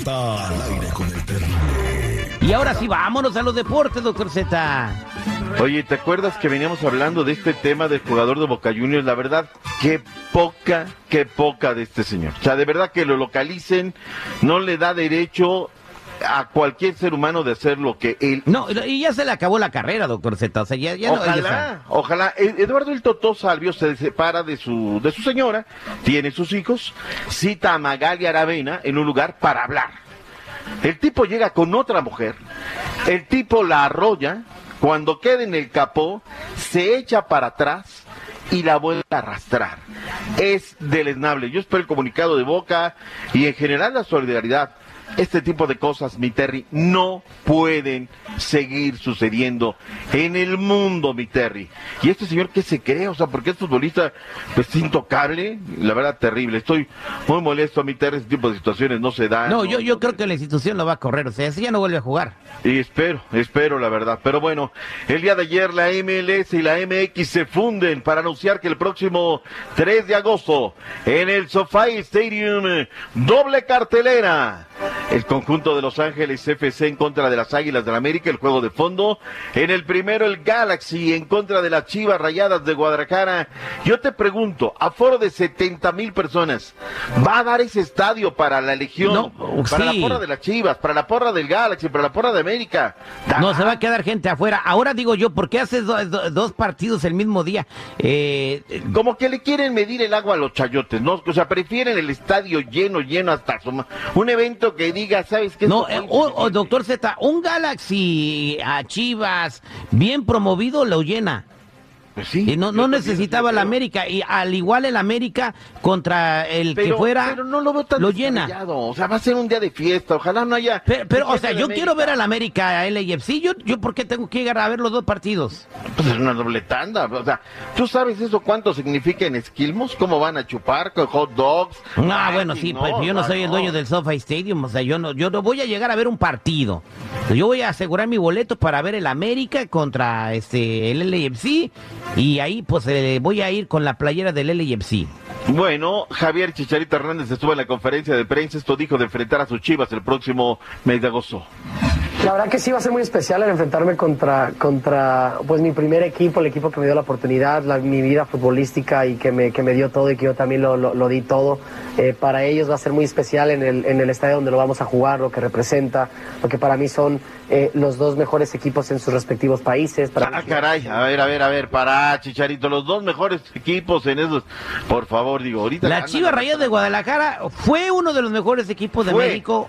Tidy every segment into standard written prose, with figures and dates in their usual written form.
está al aire con el terrible. Y ahora sí, vámonos a los deportes, doctor Z. Oye, ¿te acuerdas que veníamos hablando de este tema del jugador de Boca Juniors? La verdad, qué poca de este señor. O sea, de verdad que lo localicen, no le da derecho a cualquier ser humano de hacer lo que él... No, y ya se le acabó la carrera, doctor Z. O sea, Ojalá. Eduardo el Totó Salvio se separa de su señora, tiene sus hijos, cita a Magali Aravena en un lugar para hablar. El tipo llega con otra mujer, el tipo la arrolla, cuando queda en el capó, se echa para atrás y la vuelve a arrastrar. Es deleznable. Yo espero el comunicado de Boca y en general la solidaridad. Este tipo de cosas, mi Terry, no pueden seguir sucediendo en el mundo, mi Terry. Y este señor, ¿qué se cree? O sea, porque es futbolista, pues intocable, la verdad, terrible. Estoy muy molesto, mi Terry, ese tipo de situaciones no se dan. No, yo creo que la institución lo va a correr, o sea, así ya no vuelve a jugar. Y espero, la verdad. Pero bueno, el día de ayer la MLS y la MX se funden para anunciar que el próximo 3 de agosto, en el SoFi Stadium, doble cartelera. El conjunto de Los Ángeles FC en contra de las Águilas del América, el juego de fondo. En el primero, el Galaxy en contra de las Chivas Rayadas de Guadalajara. Yo te pregunto, aforo de 70,000 personas, ¿va a dar ese estadio para la Legión? No, para sí. la porra de las Chivas, para la porra del Galaxy, para la porra de América. No, se va a quedar gente afuera. Ahora digo yo, ¿por qué haces dos partidos el mismo día? Como que le quieren medir el agua a los chayotes, ¿no? O sea, prefieren el estadio lleno hasta un evento que diga, ¿sabes qué? No, doctor Z, un Galaxy a Chivas bien promovido lo llena. Pues sí, y no necesitaba la América, y al igual el América contra el que fuera, pero no lo veo tan lo llena. O sea, va a ser un día de fiesta, ojalá no haya... Pero o sea, yo quiero ver al América, a LAFC, yo ¿por qué tengo que llegar a ver los dos partidos? Pues es una doble tanda, o sea, ¿tú sabes eso cuánto significa en esquilmos? ¿Cómo van a chupar con hot dogs? Bueno, sí, pues yo no soy el dueño del SoFi Stadium, o sea, yo no voy a llegar a ver un partido. Yo voy a asegurar mi boleto para ver el América contra el LAFC. Y ahí pues voy a ir con la playera del LAFC. Bueno, Javier Chicharito Hernández estuvo en la conferencia de prensa, esto dijo de enfrentar a sus Chivas el próximo mes de agosto. La verdad que sí va a ser muy especial el enfrentarme contra pues mi primer equipo, el equipo que me dio la oportunidad, mi vida futbolística y que me dio todo y que yo también lo di todo. Para ellos va a ser muy especial en el estadio donde lo vamos a jugar, lo que representa, porque para mí son los dos mejores equipos en sus respectivos países. Caray, a ver, para Chicharito, los dos mejores equipos en esos, por favor, digo, ahorita... La Chivas Rayadas de Guadalajara fue uno de los mejores equipos de México,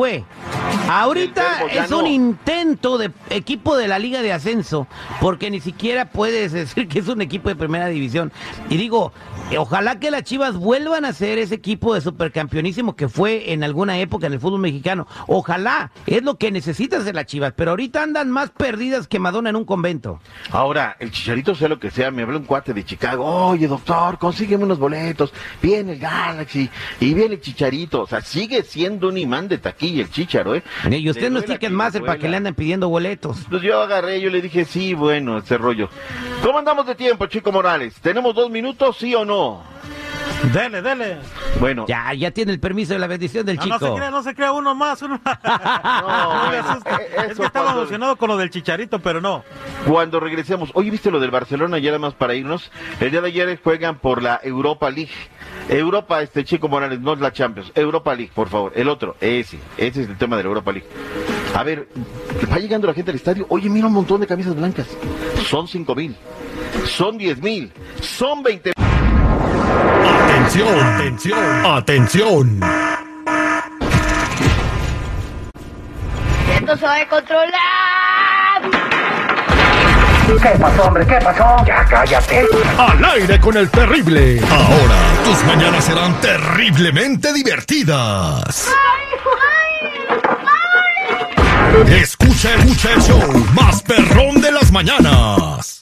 ahorita es un intento de equipo de la Liga de Ascenso, porque ni siquiera puedes decir que es un equipo de primera división. Y digo, ojalá que las Chivas vuelvan a ser ese equipo de supercampeonísimo que fue en alguna época en el fútbol mexicano. Ojalá, es lo que necesitas de las Chivas, pero ahorita andan más perdidas que Madonna en un convento. Ahora, el Chicharito, sea lo que sea, me habló un cuate de Chicago, oye doctor, consígueme unos boletos, viene el Galaxy y viene el Chicharito, o sea, sigue siendo un imán de taquilla el Chicharo, Y usted no es Ticketmaster para que le anden pidiendo boletos. Pues yo le dije, sí, bueno, ese rollo. ¿Cómo andamos de tiempo, Chico Morales? ¿Tenemos 2 minutos, sí o no? Dele. Bueno. Ya tiene el permiso de la bendición del chico. No se crea uno más. No, es que estaba emocionado con lo del Chicharito, pero no. Cuando regresemos, oye, ¿viste lo del Barcelona? Ya nada más para irnos. El día de ayer juegan por la Europa League. Europa, Chico Morales, no es la Champions. Europa League, por favor. El otro, ese es el tema de la Europa League. A ver, va llegando la gente al estadio. Oye, mira un montón de camisas blancas. Son 5,000. Son 10,000. Son 20,000. Atención. Esto se va a controlar. ¿Qué pasó, hombre? ¿Qué pasó? Ya cállate. Al aire con el terrible. Ahora tus mañanas serán terriblemente divertidas. Escucha el show más perrón de las mañanas.